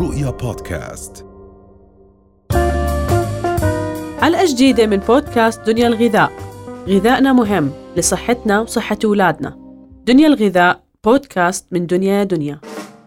رؤيا بودكاست. حلقة جديدة من بودكاست دنيا الغذاء. غذائنا مهم لصحتنا وصحة أولادنا. دنيا الغذاء بودكاست من دنيا.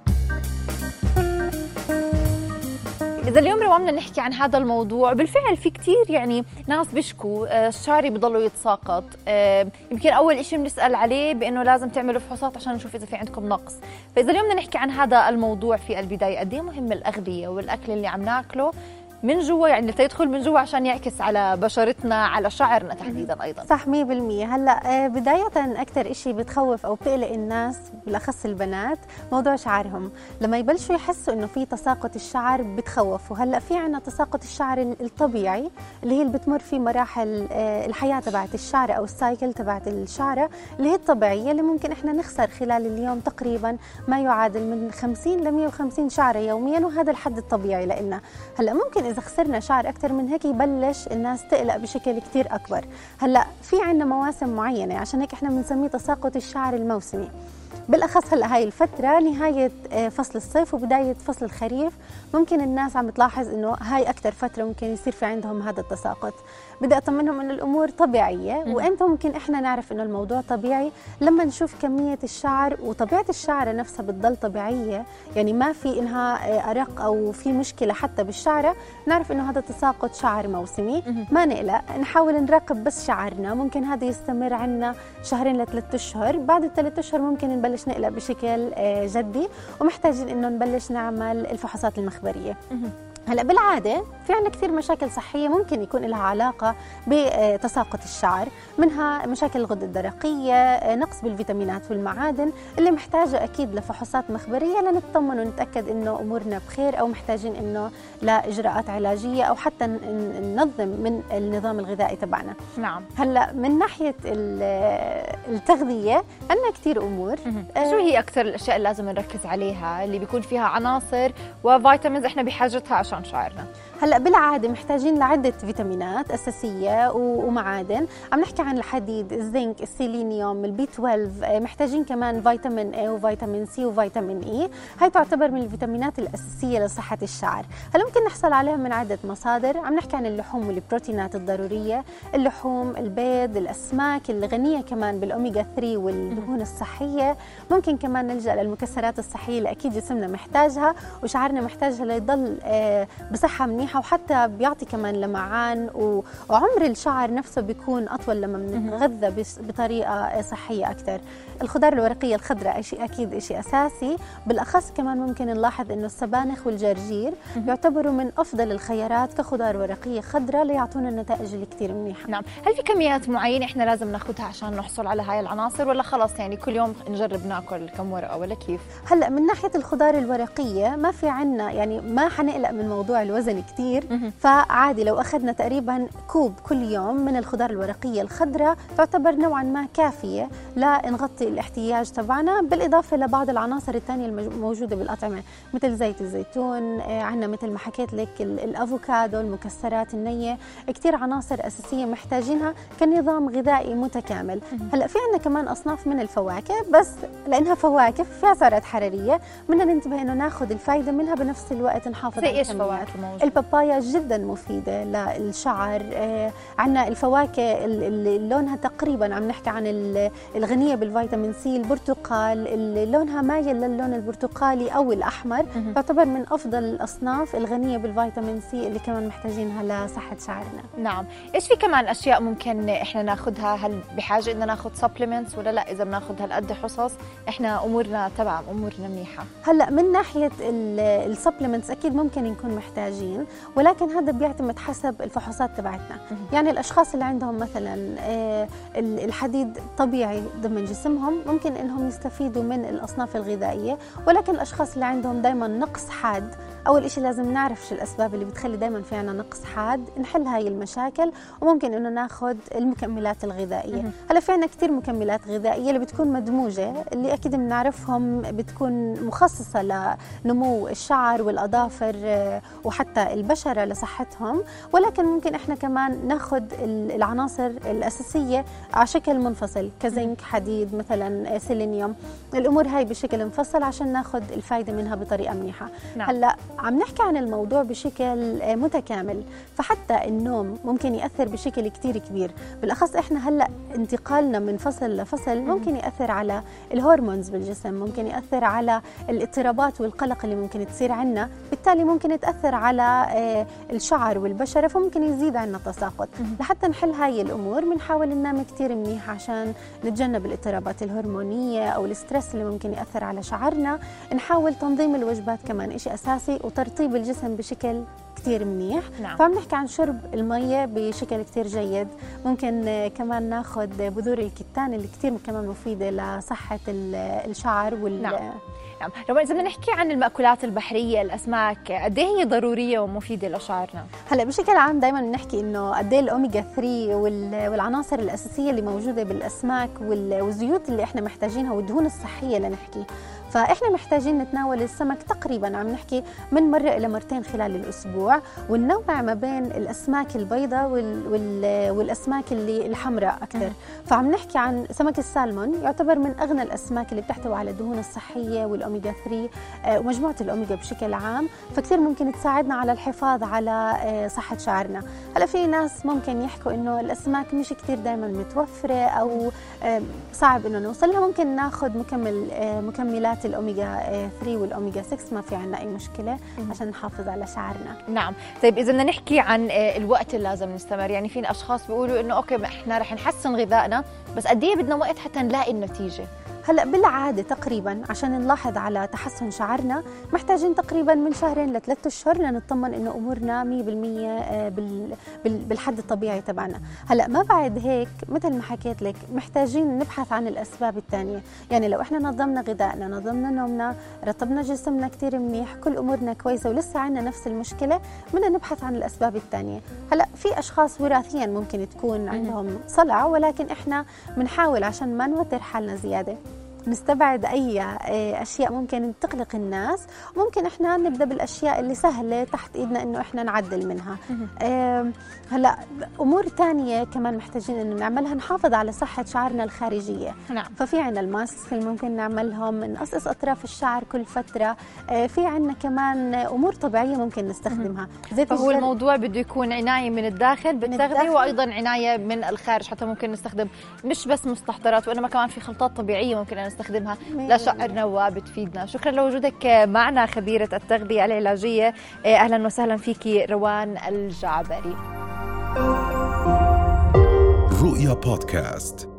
إذا اليوم روامنا نحكي عن هذا الموضوع، بالفعل في كتير ناس بيشكوا الشعر بيضلوا يتساقط. يمكن أول إشي بنسأل عليه بأنه لازم تعملوا فحوصات عشان نشوف إذا في عندكم نقص. فإذا اليوم بدنا نحكي عن هذا الموضوع في البداية، قد إيه مهم الأغذية والأكل اللي عم ناكله من جوا، لتيدخل من جوا عشان يعكس على بشرتنا، على شعرنا تحديدا أيضا. صح 100%. هلا بداية أكثر إشي بتخوف أو بتقلق الناس بالأخص البنات موضوع شعرهم. لما يبلشوا يحسوا إنه في تساقط الشعر بتخوفوا. هلا في عنا تساقط الشعر الطبيعي اللي هي اللي بتمر في مراحل الحياة تبعت الشعر أو السايكل تبعت الشعرة اللي هي الطبيعية، اللي ممكن إحنا نخسر خلال اليوم تقريبا ما يعادل من 50 ل 150 شعرة يوميا، وهذا الحد الطبيعي لإلنا. هلا ممكن إذا خسرنا شعر أكثر من هيك يبلش الناس تقلق بشكل كتير أكبر. هلأ في عنا مواسم معينة، عشان هيك إحنا بنسميه تساقط الشعر الموسمي. بالأخص هلأ هاي الفترة نهاية فصل الصيف وبداية فصل الخريف، ممكن الناس عم تلاحظ إنه هاي أكتر فترة ممكن يصير في عندهم هذا التساقط. بدي أطمنهم إنه الأمور طبيعية. وإمتى ممكن إحنا نعرف إنه الموضوع طبيعي؟ لما نشوف كمية الشعر وطبيعة الشعر نفسها بتضل طبيعية، ما في إنها أرق أو في مشكلة حتى بالشعرة، نعرف إنه هذا تساقط شعر موسمي. ما نقلق، نحاول نراقب بس شعرنا. ممكن هذا يستمر عنا 2 ل3 أشهر، بعد ال3 أشهر ممكن نبلش نقلق بشكل جدي، ومحتاجين إنه نبلش نعمل الفحوصات المخبرية. هلا بالعادة في عنا كثير مشاكل صحية ممكن يكون لها علاقة بتساقط الشعر، منها مشاكل الغدة الدرقية، نقص بالفيتامينات والمعادن اللي محتاجة أكيد لفحوصات مخبرية لنطمن ونتأكد إنه أمورنا بخير، أو محتاجين إنه لإجراءات علاجية أو حتى ننظم من النظام الغذائي تبعنا. نعم. هلا من ناحية التغذية عنا كثير أمور. شو هي أكثر الأشياء اللي لازم نركز عليها اللي بيكون فيها عناصر وفيتامينز إحنا بحاجتها عشان شعرنا؟ هلا بالعاده محتاجين لعده فيتامينات اساسيه ومعادن. عم نحكي عن الحديد، الزنك، السيلينيوم، البي 12. محتاجين كمان فيتامين A وفيتامين C وفيتامين E. هاي تعتبر من الفيتامينات الاساسيه لصحه الشعر. هلا ممكن نحصل عليها من عده مصادر. عم نحكي عن اللحوم والبروتينات الضروريه، اللحوم، البيض، الاسماك الغنيه كمان بالاوميجا 3 والدهون الصحيه. ممكن كمان نلجا للمكسرات الصحيه اللي اكيد جسمنا محتاجها وشعرنا محتاجها ليضل بصحه منيحه، وحتى بيعطي كمان لمعان، وعمر الشعر نفسه بيكون أطول لما بنتغذى بطريقة صحية أكثر. الخضار الورقية الخضراء أكيد شيء أساسي. بالأخص كمان ممكن نلاحظ إنه السبانخ والجرجير يعتبروا من أفضل الخيارات كخضار ورقية خضراء ليعطونا النتائج اللي كتير منيحة. نعم. هل في كميات معينة إحنا لازم ناخدها عشان نحصل على هاي العناصر، ولا خلاص كل يوم نجرب ناكل كم ورقة، ولا كيف؟ هلأ من ناحية الخضار الورقية ما في عنا ما حنقلق من موضوع الوزن كتير. فعادي لو أخذنا تقريبا كوب كل يوم من الخضار الورقية الخضراء تعتبر نوعا ما كافية لنغطي الاحتياج تبعنا، بالإضافة لبعض العناصر الثانية الموجودة بالأطعمة مثل زيت الزيتون. عنا مثل ما حكيت لك الأفوكادو، المكسرات النية، كتير عناصر أساسية محتاجينها كنظام غذائي متكامل. هلأ في عنا كمان أصناف من الفواكه، بس لأنها فواكه فيها سعرات حرارية بدنا ننتبه إنه ناخذ الفايدة منها بنفس الوقت نحافظ على الكميات. البابايا جدا مفيدة للشعر. عنا الفواكه اللي لونها تقريبا عم نحكي عن الغنية بالفيتامين سي. البرتقال اللي لونها مايل للون البرتقالي أو الأحمر تعتبر من أفضل الأصناف الغنية بالفيتامين سي اللي كمان محتاجينها لصحة شعرنا. نعم. إيش في كمان أشياء ممكن إحنا ناخدها؟ هل بحاجة إننا ناخد سبلمنتس ولا لا؟ إذا بناخد هالقد حصص إحنا أمورنا تبع أمورنا منيحة. هلا من ناحية السبلمنتس أكيد ممكن نكون محتاجين، ولكن هذا بيعتمد حسب الفحوصات تبعتنا. الأشخاص اللي عندهم مثلا الحديد طبيعي ضمن جسمهم ممكن إنهم يستفيدوا من الأصناف الغذائية، ولكن الأشخاص اللي عندهم دايما نقص حاد، أول إشي لازم نعرف شو الأسباب اللي بتخلي دايما في عنا نقص حاد، نحل هاي المشاكل، وممكن إنه ناخد المكملات الغذائية. هلا في عنا كتير مكملات غذائية اللي بتكون مدموجة، اللي أكيد بنعرفهم بتكون مخصصة لنمو الشعر والأظافر وحتى البشرة لصحتهم، ولكن ممكن إحنا كمان ناخد العناصر الأساسية على شكل منفصل كزنك، حديد مثلا، سيلينيوم، الأمور هاي بشكل منفصل عشان ناخد الفايدة منها بطريقة منيحة. نعم. هلا عم نحكي عن الموضوع بشكل متكامل، فحتى النوم ممكن يأثر بشكل كتير كبير، بالأخص إحنا هلأ انتقالنا من فصل لفصل ممكن يأثر على الهرمونز بالجسم، ممكن يأثر على الاضطرابات والقلق اللي ممكن تصير عنا، بالتالي ممكن تأثر على الشعر والبشرة، فممكن يزيد عنا تساقط. لحتى نحل هاي الأمور بنحاول ننام كتير منيح عشان نتجنب الاضطرابات الهرمونية أو الستريس اللي ممكن يأثر على شعرنا. نحاول تنظيم الوجبات كمان إشي أساسي، وترطيب الجسم بشكل كتير منيح. نعم. فعم نحكي عن شرب المية بشكل كتير جيد. ممكن كمان ناخد بذور الكتان اللي كتير كمان مفيدة لصحة الشعر نعم. روان، إذا بدنا نحكي عن المأكولات البحرية، الأسماك، قد إيه هي ضرورية ومفيدة لشعرنا؟ هلا بشكل عام دائما بنحكي إنه قد إيه الأوميجا 3 والعناصر الأساسية اللي موجودة بالأسماك والزيوت اللي إحنا محتاجينها والدهون الصحية لنحكي. فإحنا محتاجين نتناول السمك تقريباً عم نحكي من مرة إلى مرتين خلال الأسبوع، وننوع ما بين الأسماك البيضاء والأسماك اللي الحمراء أكثر. فعم نحكي عن سمك السالمون، يعتبر من أغنى الأسماك اللي بتحتوي على الدهون الصحية والأوميجا 3 ومجموعة الأوميجا بشكل عام، فكتير ممكن تساعدنا على الحفاظ على صحة شعرنا. هلا في ناس ممكن يحكوا إنه الأسماك مش كتير دائما متوفرة أو صعب إنه نوصلها، ممكن ناخذ مكملات الأوميجا 3 والأوميجا 6، ما في عنا أي مشكلة عشان نحافظ على شعرنا. نعم. طيب إذا بدنا نحكي عن الوقت اللي لازم نستمر، يعني في أشخاص بيقولوا إنه أوكي إحنا رح نحسن غذائنا، بس قد إيه بدنا وقت حتى نلاقي النتيجة؟ هلا بالعاده تقريبا عشان نلاحظ على تحسن شعرنا محتاجين تقريبا من 2 ل 3 أشهر لنطمن انه امورنا 100% بالحد الطبيعي تبعنا. هلا ما بعد هيك مثل ما حكيت لك محتاجين نبحث عن الاسباب الثانيه، يعني لو احنا نظمنا غذائنا، نظمنا نومنا، رطبنا جسمنا كثير منيح، كل امورنا كويسه ولسه عندنا نفس المشكله، بدنا نبحث عن الاسباب الثانيه. هلا في اشخاص وراثيا ممكن تكون عندهم صلع، ولكن احنا بنحاول عشان ما نوتر حالنا زياده نستبعد أي أشياء ممكن تقلق الناس، وممكن إحنا نبدأ بالأشياء اللي سهلة تحت إيدنا إنه إحنا نعدل منها. هلا أمور تانية كمان محتاجين إنه نعملها، نحافظ على صحة شعرنا الخارجية. نعم. ففي عنا الماسك اللي ممكن نعملهم، نقصقص أطراف الشعر كل فترة. في عنا كمان أمور طبيعية ممكن نستخدمها. فهو الموضوع بده يكون عناية من الداخل بالتغذية، وأيضا عناية من الخارج، حتى ممكن نستخدم مش بس مستحضرات، وإنما كمان في خلطات طبيعية ممكن نستخدمها لشعرنا وبتفيدنا. شكرا لوجودك معنا خبيرة التغذية العلاجية، أهلا وسهلا فيكي روان الجعبري. رؤيا بودكاست.